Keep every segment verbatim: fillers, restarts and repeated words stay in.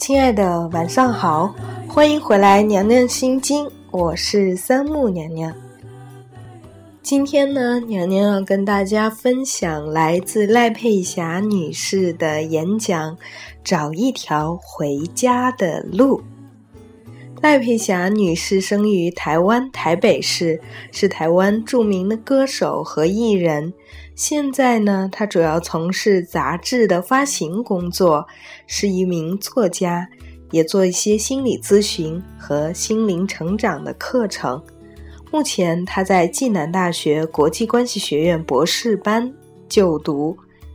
亲爱的，晚上好，欢迎回来娘娘心经，我是三木娘娘。今天呢，娘娘要跟大家分享来自赖佩霞女士的演讲，找一条回家的路。赖佩霞女士生于台湾台北市，是台湾著名的歌手和艺人。现在呢，她主要从事杂志的发行工作，是一名作家，也做一些心理咨询和心灵成长的课程。目前她在暨南大学国际关系学院博士班就读。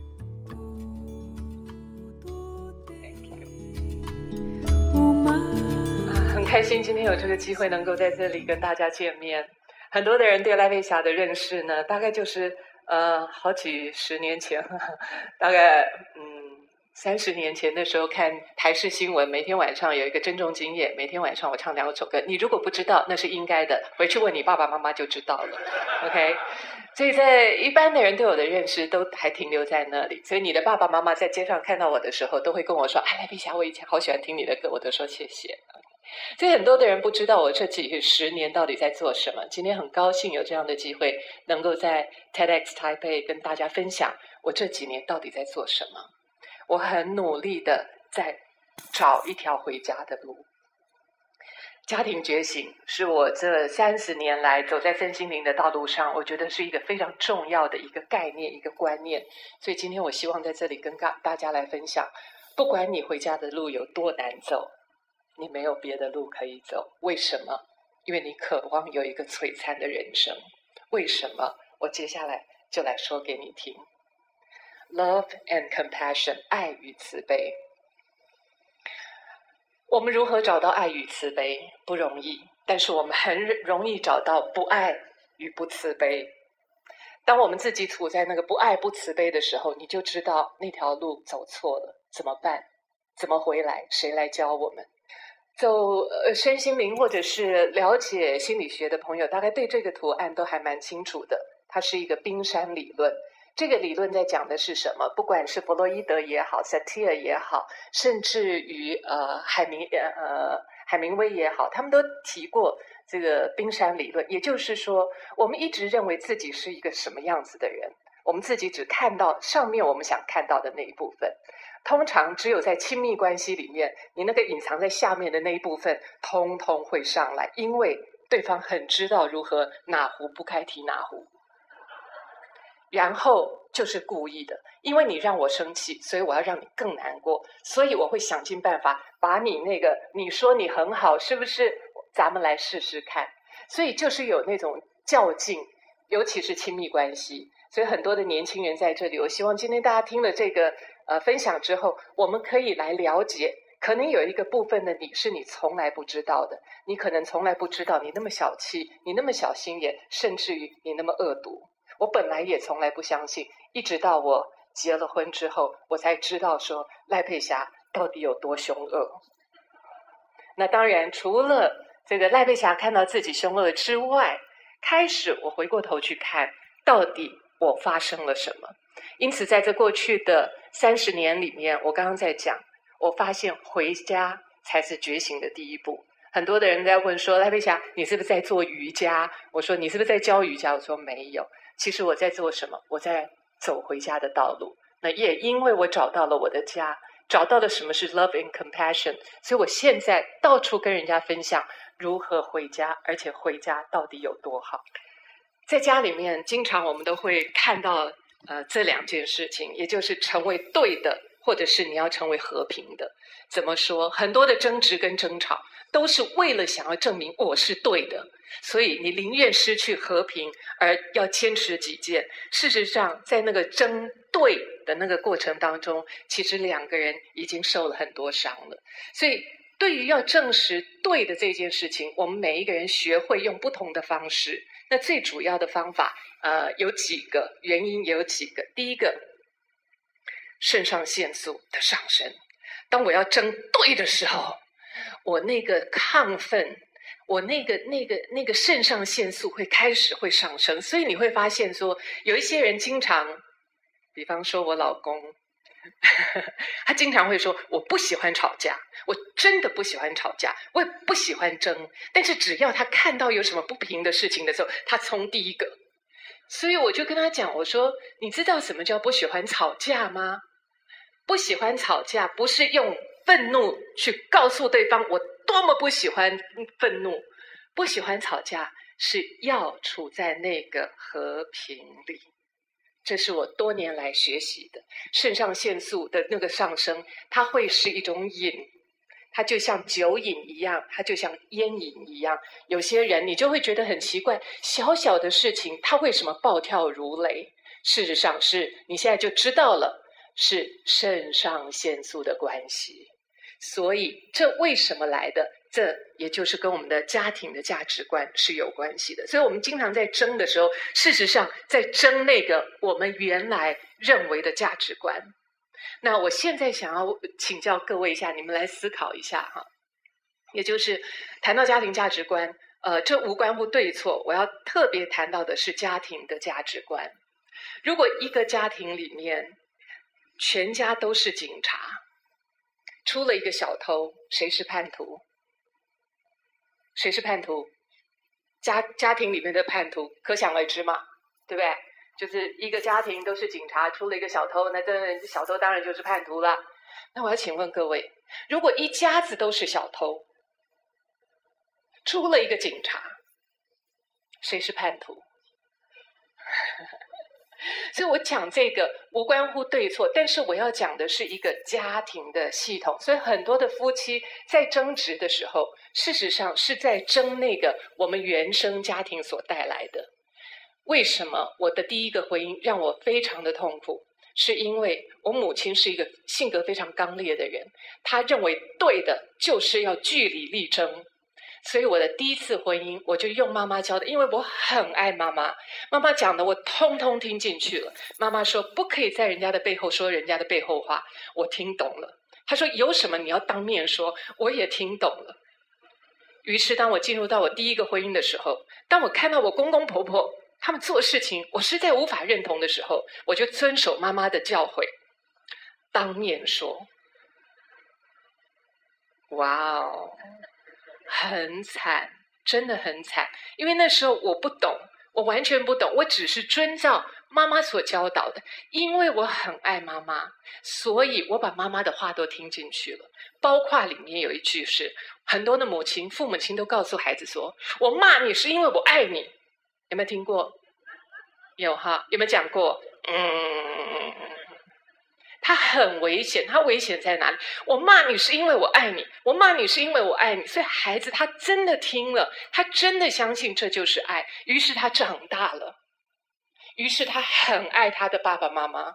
很开心今天有这个机会能够在这里跟大家见面。很多的人对赖佩霞的认识呢，大概就是呃好几十年前，呵呵大概嗯三十年前的时候看台视新闻，每天晚上有一个珍重今夜，每天晚上我唱两首歌，你如果不知道那是应该的，回去问你爸爸妈妈就知道了。 OK， 所以在一般的人对我的认识都还停留在那里，所以你的爸爸妈妈在街上看到我的时候都会跟我说，哎，赖佩霞，我以前好喜欢听你的歌，我都说谢谢。所以很多的人不知道我这几十年到底在做什么。今天很高兴有这样的机会，能够在 TEDx 台北跟大家分享我这几年到底在做什么。我很努力的在找一条回家的路。家庭觉醒是我这三十年来走在身心灵的道路上，我觉得是一个非常重要的一个概念，一个观念。所以今天我希望在这里跟大家来分享，不管你回家的路有多难走，你没有别的路可以走。为什么？因为你渴望有一个璀璨的人生。为什么？我接下来就来说给你听。 Love and compassion， 爱与慈悲。我们如何找到爱与慈悲？不容易，但是我们很容易找到不爱与不慈悲。当我们自己处在那个不爱不慈悲的时候，你就知道那条路走错了，怎么办？怎么回来？谁来教我们？走呃身心灵或者是了解心理学的朋友，大概对这个图案都还蛮清楚的。它是一个冰山理论。这个理论在讲的是什么？不管是弗洛伊德也好，萨提尔也好，甚至于呃海明呃海明威也好，他们都提过这个冰山理论。也就是说，我们一直认为自己是一个什么样子的人，我们自己只看到上面我们想看到的那一部分。通常只有在亲密关系里面，你那个隐藏在下面的那一部分通通会上来，因为对方很知道如何哪壶不开提哪壶，然后就是故意的，因为你让我生气，所以我要让你更难过，所以我会想尽办法把你那个你说你很好，是不是？咱们来试试看。所以就是有那种较劲，尤其是亲密关系。所以很多的年轻人在这里，我希望今天大家听了这个呃分享之后，我们可以来了解，可能有一个部分的你是你从来不知道的，你可能从来不知道你那么小气，你那么小心眼，甚至于你那么恶毒。我本来也从来不相信，一直到我结了婚之后，我才知道说赖佩霞到底有多凶恶。那当然除了这个赖佩霞看到自己凶恶之外，开始我回过头去看到底我发生了什么。因此在这过去的三十年里面，我刚刚在讲，我发现回家才是觉醒的第一步。很多的人在问说，赖佩霞你是不是在做瑜伽？我说你是不是在教瑜伽？我说没有，其实我在做什么？我在走回家的道路。那也因为我找到了我的家，找到了什么是 love and compassion， 所以我现在到处跟人家分享如何回家，而且回家到底有多好。在家里面经常我们都会看到呃这两件事情，也就是成为对的，或者是你要成为和平的。怎么说？很多的争执跟争吵都是为了想要证明我是对的，所以你宁愿失去和平而要坚持己见。事实上在那个争对的那个过程当中，其实两个人已经受了很多伤了。所以对于要证实对的这件事情，我们每一个人学会用不同的方式。那最主要的方法呃有几个，原因也有几个。第一个，肾上腺素的上升。当我要争对的时候，我那个亢奋，我那个那个那个肾上腺素会开始会上升。所以你会发现说，有一些人经常，比方说我老公， 他经常会说我不喜欢吵架，我真的不喜欢吵架，我也不喜欢争，但是只要他看到有什么不平的事情的时候，他冲第一个。所以我就跟他讲，我说你知道什么叫不喜欢吵架吗？不喜欢吵架不是用愤怒去告诉对方我多么不喜欢愤怒，不喜欢吵架是要处在那个和平里。这是我多年来学习的，肾上腺素的那个上升，它会是一种瘾，它就像酒瘾一样，它就像烟瘾一样。有些人你就会觉得很奇怪，小小的事情他为什么暴跳如雷？事实上是你现在就知道了，是肾上腺素的关系。所以这为什么来的？这也就是跟我们的家庭的价值观是有关系的。所以我们经常在争的时候，事实上在争那个我们原来认为的价值观。那我现在想要请教各位一下，你们来思考一下哈，也就是谈到家庭价值观，呃，这无关乎对错，我要特别谈到的是家庭的价值观。如果一个家庭里面全家都是警察，出了一个小偷，谁是叛徒？谁是叛徒？家家庭里面的叛徒可想而知嘛，对不对？就是一个家庭都是警察，出了一个小偷，那这小偷当然就是叛徒了。那我要请问各位，如果一家子都是小偷，出了一个警察，谁是叛徒？所以我讲这个无关乎对错，但是我要讲的是一个家庭的系统。所以很多的夫妻在争执的时候，事实上是在争那个我们原生家庭所带来的。为什么我的第一个婚姻让我非常的痛苦？是因为我母亲是一个性格非常刚烈的人，她认为对的就是要据理力争。所以我的第一次婚姻我就用妈妈教的，因为我很爱妈妈，妈妈讲的我通通听进去了。妈妈说不可以在人家的背后说人家的背后话，我听懂了。她说有什么你要当面说，我也听懂了。于是当我进入到我第一个婚姻的时候，当我看到我公公婆婆他们做事情我实在无法认同的时候，我就遵守妈妈的教诲，当面说。哇哦，很惨，真的很惨。因为那时候我不懂，我完全不懂，我只是遵照妈妈所教导的。因为我很爱妈妈，所以我把妈妈的话都听进去了。包括里面有一句是，很多的母亲父母亲都告诉孩子说，我骂你是因为我爱你。有没有听过？有哈？有没有讲过？嗯，它很危险。它危险在哪里？我骂你是因为我爱你，我骂你是因为我爱你。所以孩子他真的听了，他真的相信这就是爱，于是他长大了，于是他很爱他的爸爸妈妈。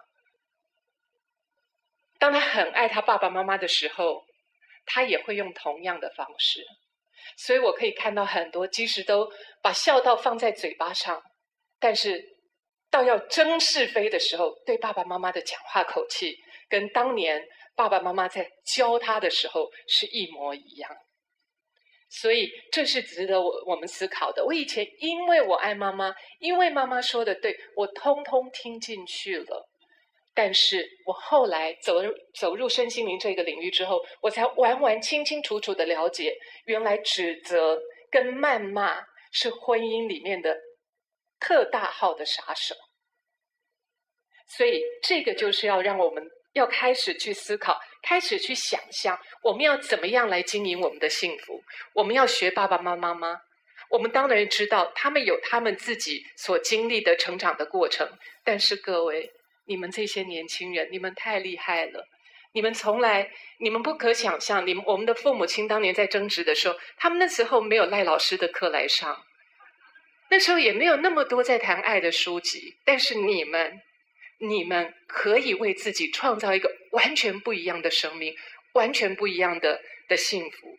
当他很爱他爸爸妈妈的时候，他也会用同样的方式。所以我可以看到很多即使都把孝道放在嘴巴上，但是到要争是非的时候，对爸爸妈妈的讲话口气跟当年爸爸妈妈在教他的时候是一模一样。所以这是值得我我们思考的。我以前因为我爱妈妈，因为妈妈说的对，我通通听进去了。但是我后来走入走入身心灵这个领域之后，我才完完清清楚楚的了解，原来指责跟谩骂是婚姻里面的特大号的杀手。所以这个就是要让我们要开始去思考，开始去想象，我们要怎么样来经营我们的幸福。我们要学爸爸妈妈吗？我们当然知道他们有他们自己所经历的成长的过程，但是各位，你们这些年轻人，你们太厉害了。你们从来，你们不可想象，你们我们的父母亲当年在争执的时候，他们那时候没有赖老师的课来上，那时候也没有那么多在谈爱的书籍，但是你们你们可以为自己创造一个完全不一样的生命，完全不一样的的幸福。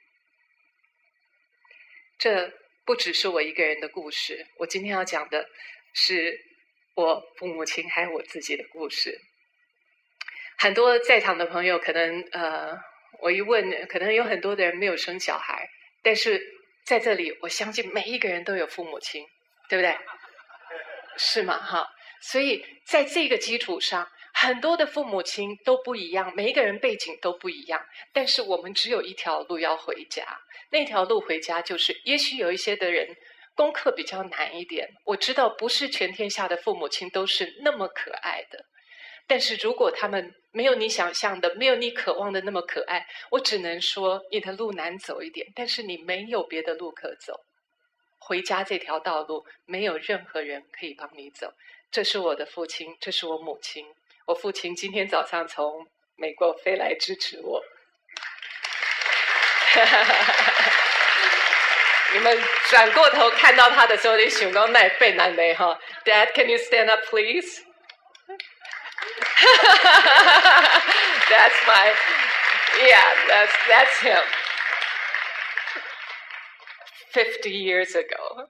这不只是我一个人的故事，我今天要讲的是我父母亲还有我自己的故事。很多在场的朋友可能呃，我一问可能有很多的人没有生小孩，但是在这里我相信每一个人都有父母亲，对不对？是吗？哈，所以在这个基础上， 很多的父母亲都不一样，每一个人背景都不一样，但是我们只有一条路要回家。那条路回家就是，也许有一些的人功课比较难一点，我知道不是全天下的父母亲都是那么可爱的，但是如果他们没有你想象的，没有你渴望的那么可爱，我只能说你的路难走一点，但是你没有别的路可走。回家这条道路没有任何人可以帮你走。这是我的父亲，这是我母亲。我父亲今天早上从美国飞来支持我。你们转过头看到他的时候，你想到那被难的哈 ？Dad, can you stand up, please? That's my, yeah, that's that's him. Fifty years ago.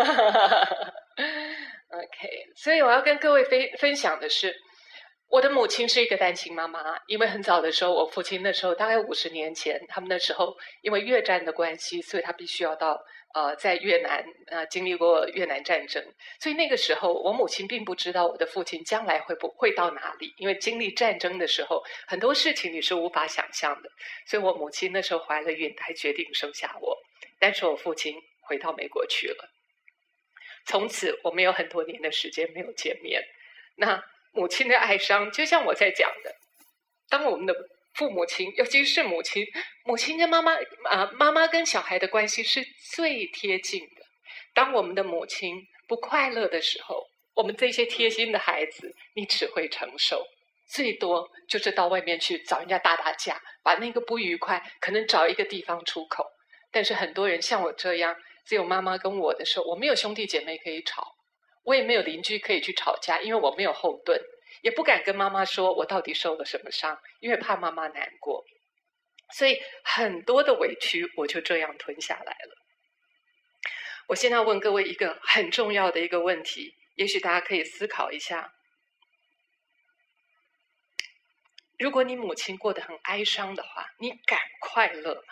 OK， 所以我要跟各位分分享的是，我的母亲是一个单亲妈妈，因为很早的时候，我父亲那时候大概五十年前，他们那时候因为越战的关系，所以他必须要到呃在越南呃经历过越南战争，所以那个时候我母亲并不知道我的父亲将来会不会到哪里，因为经历战争的时候，很多事情你是无法想象的，所以我母亲那时候怀了孕，才决定生下我，但是我父亲回到美国去了。从此我们有很多年的时间没有见面。那母亲的哀伤就像我在讲的，当我们的父母亲，尤其是母亲，母亲跟妈妈啊，妈妈跟小孩的关系是最贴近的。当我们的母亲不快乐的时候，我们这些贴心的孩子，你只会承受，最多就是到外面去找人家打打架，把那个不愉快可能找一个地方出口。但是很多人像我这样，只有妈妈跟我的时候，我没有兄弟姐妹可以吵，我也没有邻居可以去吵架，因为我没有后盾，也不敢跟妈妈说我到底受了什么伤，因为怕妈妈难过。所以很多的委屈我就这样吞下来了。我现在要问各位一个很重要的一个问题，也许大家可以思考一下，如果你母亲过得很哀伤的话，你敢快乐吗？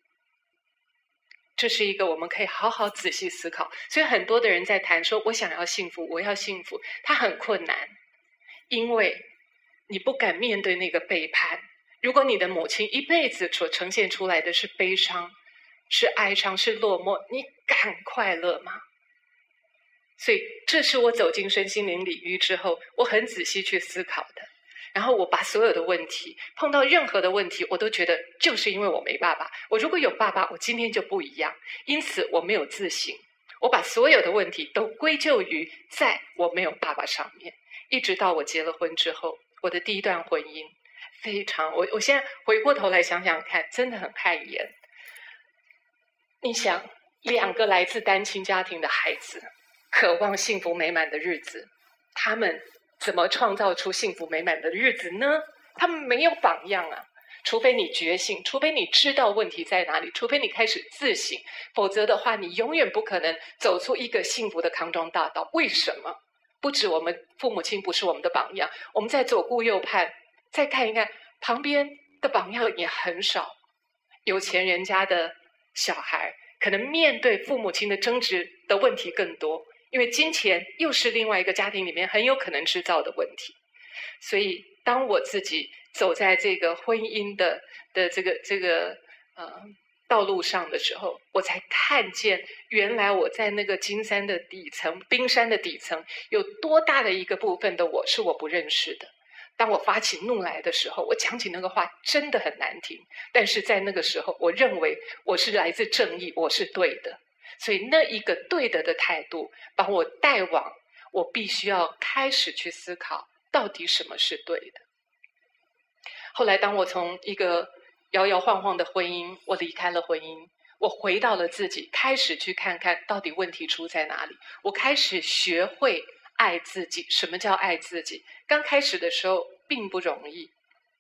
这是一个我们可以好好仔细思考。所以很多的人在谈说我想要幸福，我要幸福，它很困难，因为你不敢面对那个背叛。如果你的母亲一辈子所呈现出来的是悲伤，是哀伤，是落寞，你敢快乐吗？所以这是我走进身心灵领域之后，我很仔细去思考的。然后我把所有的问题，碰到任何的问题，我都觉得就是因为我没爸爸，我如果有爸爸，我今天就不一样。因此我没有自省，我把所有的问题都归咎于在我没有爸爸上面。一直到我结了婚之后，我的第一段婚姻非常，我我现在回过头来想想看，真的很汗颜。你想，两个来自单亲家庭的孩子，渴望幸福美满的日子，他们怎么创造出幸福美满的日子呢？他们没有榜样啊！除非你觉醒，除非你知道问题在哪里，除非你开始自省，否则的话，你永远不可能走出一个幸福的康庄大道。为什么？不止我们父母亲不是我们的榜样，我们在左顾右盼，再看一看旁边的榜样也很少。有钱人家的小孩，可能面对父母亲的争执的问题更多。因为金钱又是另外一个家庭里面很有可能制造的问题，所以当我自己走在这个婚姻的的这个这个呃道路上的时候，我才看见原来我在那个金山的底层、冰山的底层，有多大的一个部分的我是我不认识的。当我发起怒来的时候，我讲起那个话真的很难听，但是在那个时候，我认为我是来自正义，我是对的。所以那一个对的的态度把我带往我必须要开始去思考到底什么是对的。后来当我从一个摇摇晃晃的婚姻，我离开了婚姻，我回到了自己，开始去看看到底问题出在哪里。我开始学会爱自己。什么叫爱自己？刚开始的时候并不容易，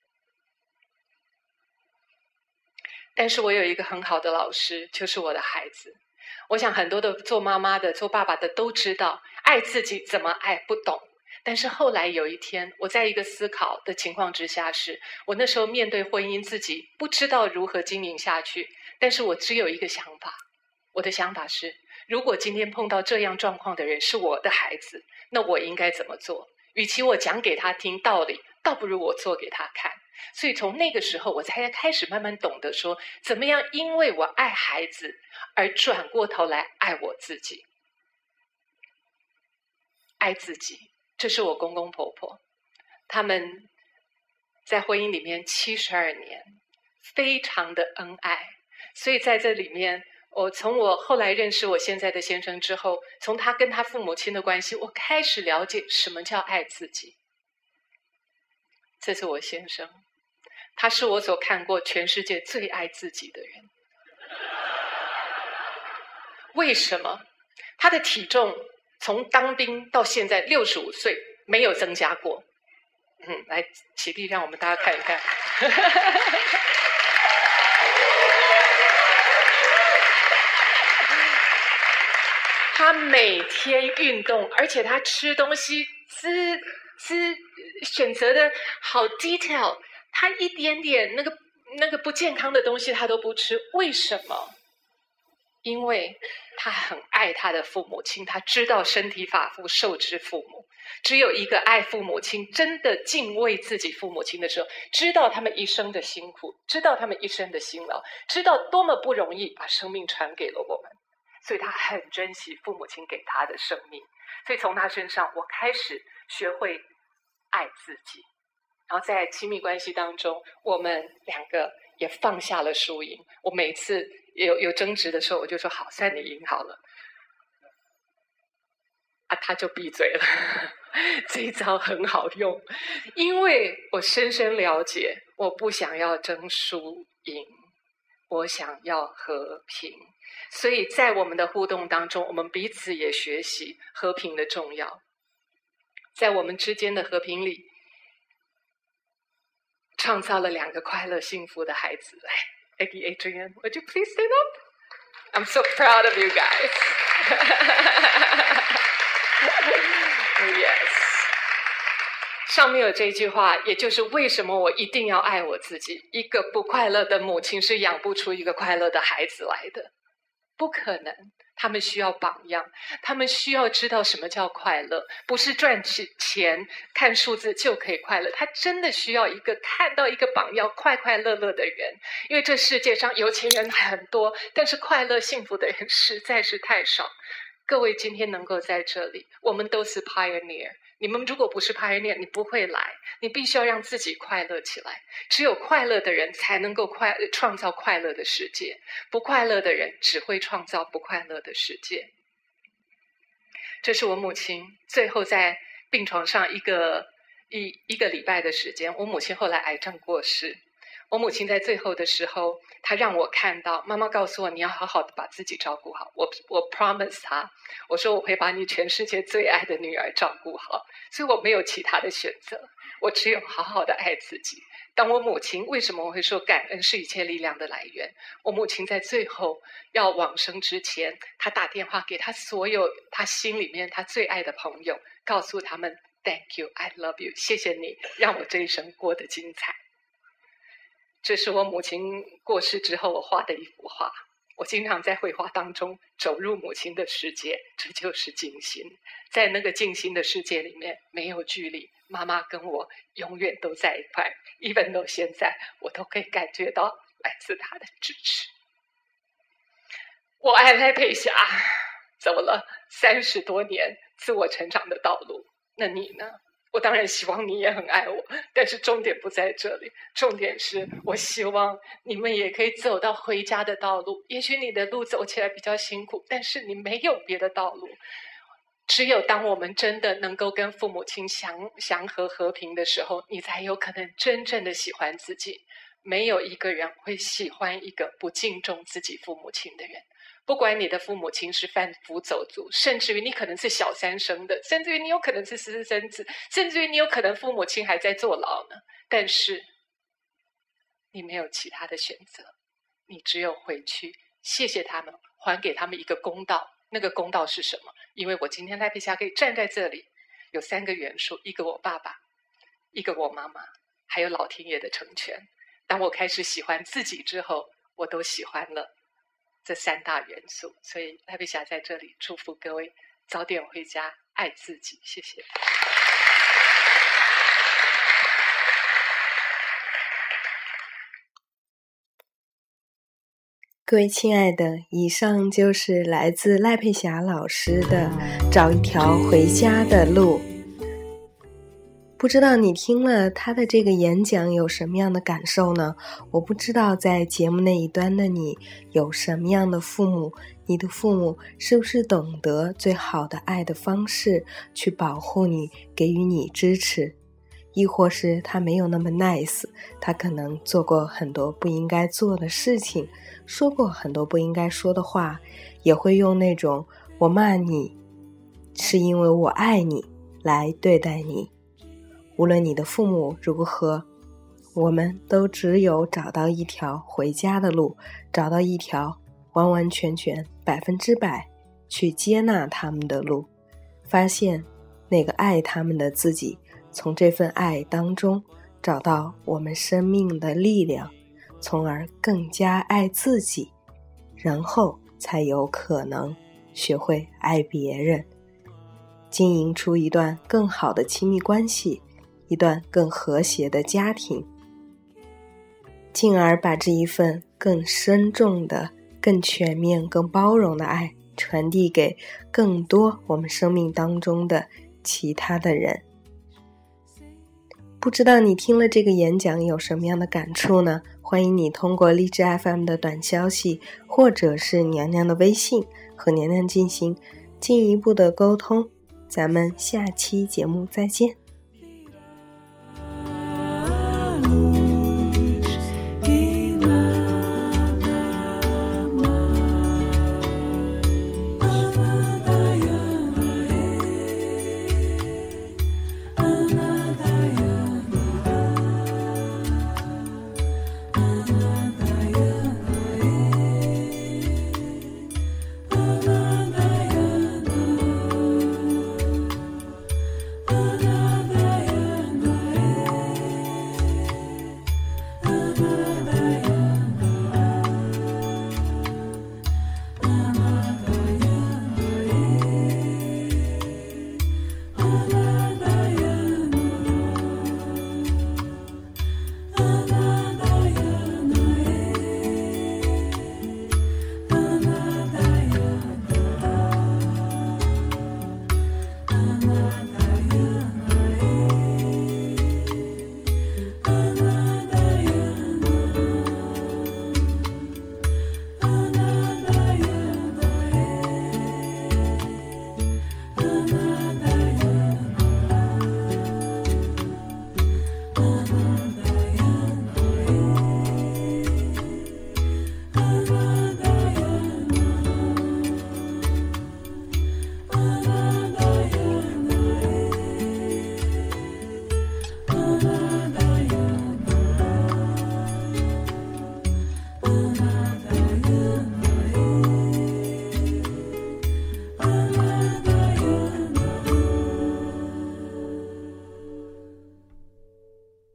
但是我有一个很好的老师，就是我的孩子。我想很多的做妈妈的、做爸爸的都知道，爱自己怎么爱不懂。但是后来有一天，我在一个思考的情况之下是，我那时候面对婚姻，自己不知道如何经营下去，但是我只有一个想法，我的想法是，如果今天碰到这样状况的人是我的孩子，那我应该怎么做？与其我讲给他听道理， 倒不如我做给他看。所以从那个时候我才开始慢慢懂得说，怎么样因为我爱孩子而转过头来爱我自己。爱自己，这是我公公婆婆，他们在婚姻里面七十二年，非常的恩爱。所以在这里面，我从我后来认识我现在的先生之后，从他跟他父母亲的关系，我开始了解什么叫爱自己。这是我先生，他是我所看过全世界最爱自己的人。为什么？他的体重从当兵到现在六十五岁没有增加过。嗯，来起立，让我们大家看一看。他每天运动，而且他吃东西是是选择的好 detail， 他一点点那个那个不健康的东西他都不吃。为什么？因为他很爱他的父母亲，他知道身体发肤受之父母。只有一个爱父母亲，真的敬畏自己父母亲的时候，知道他们一生的辛苦，知道他们一生的辛劳，知道多么不容易把生命传给了我们，所以他很珍惜父母亲给他的生命。所以从他身上我开始学会爱自己，然后在亲密关系当中，我们两个也放下了输赢。我每次有有争执的时候，我就说好，算你赢好了，啊，他就闭嘴了。这一招很好用，因为我深深了解，我不想要争输赢，我想要和平。所以在我们的互动当中，我们彼此也学习和平的重要。在我们之间的和平里，创造了两个快乐幸福的孩子。来 Aggie, Adrian, would you please stand up? I'm so proud of you guys. Yes. 上面有这句话，也就是为什么我一定要爱我自己。一个不快乐的母亲是养不出一个快乐的孩子来的，不可能。他们需要榜样，他们需要知道什么叫快乐，不是赚钱看数字就可以快乐。他真的需要一个看到一个榜样，快快乐乐的人。因为这世界上有钱人很多，但是快乐幸福的人实在是太少。各位今天能够在这里，我们都是 pioneer。你们如果不是 pioneer， 你不会来。你必须要让自己快乐起来。只有快乐的人才能够快创造快乐的世界，不快乐的人只会创造不快乐的世界。这是我母亲最后在病床上一个一一个礼拜的时间。我母亲后来癌症过世。我母亲在最后的时候，她让我看到，妈妈告诉我，你要好好的把自己照顾好。我我 promise 她，我说我会把你全世界最爱的女儿照顾好。所以我没有其他的选择，我只有好好的爱自己。当我母亲，为什么我会说感恩是一切力量的来源？我母亲在最后要往生之前，她打电话给她所有她心里面她最爱的朋友，告诉他们 Thank you, I love you， 谢谢你让我这一生过得精彩。这是我母亲过世之后我画的一幅画。我经常在绘画当中走入母亲的世界，这就是静心。在那个静心的世界里面，没有距离，妈妈跟我永远都在一块。even 到现在，我都可以感觉到来自她的支持。我爱赖佩霞，走了三十多年自我成长的道路。那你呢？我当然希望你也很爱我，但是重点不在这里，重点是我希望你们也可以走到回家的道路。也许你的路走起来比较辛苦，但是你没有别的道路。只有当我们真的能够跟父母亲祥祥和和平的时候，你才有可能真正的喜欢自己。没有一个人会喜欢一个不敬重自己父母亲的人。不管你的父母亲是贩夫走卒，甚至于你可能是小三生的，甚至于你有可能是私生子，甚至于你有可能父母亲还在坐牢呢，但是你没有其他的选择，你只有回去谢谢他们，还给他们一个公道。那个公道是什么？因为我今天赖佩霞可以站在这里，有三个元素，一个我爸爸，一个我妈妈，还有老天爷的成全。当我开始喜欢自己之后，我都喜欢了这三大元素。所以赖佩霞在这里祝福各位早点回家，爱自己。谢谢。 各位亲爱的，以上就是来自赖佩霞老师的找一条回家的路。不知道你听了他的这个演讲有什么样的感受呢？我不知道在节目那一端的你有什么样的父母，你的父母是不是懂得最好的爱的方式去保护你，给予你支持，亦或是他没有那么 nice， 他可能做过很多不应该做的事情，说过很多不应该说的话，也会用那种我骂你是因为我爱你来对待你。无论你的父母如何，我们都只有找到一条回家的路，找到一条完完全全百分之百去接纳他们的路，发现那个爱他们的自己，从这份爱当中找到我们生命的力量，从而更加爱自己，然后才有可能学会爱别人，经营出一段更好的亲密关系，一段更和谐的家庭，进而把这一份更深重的、更全面、更包容的爱传递给更多我们生命当中的其他的人。不知道你听了这个演讲有什么样的感触呢？欢迎你通过荔枝 F M 的短消息，或者是娘娘的微信，和娘娘进行进一步的沟通。咱们下期节目再见。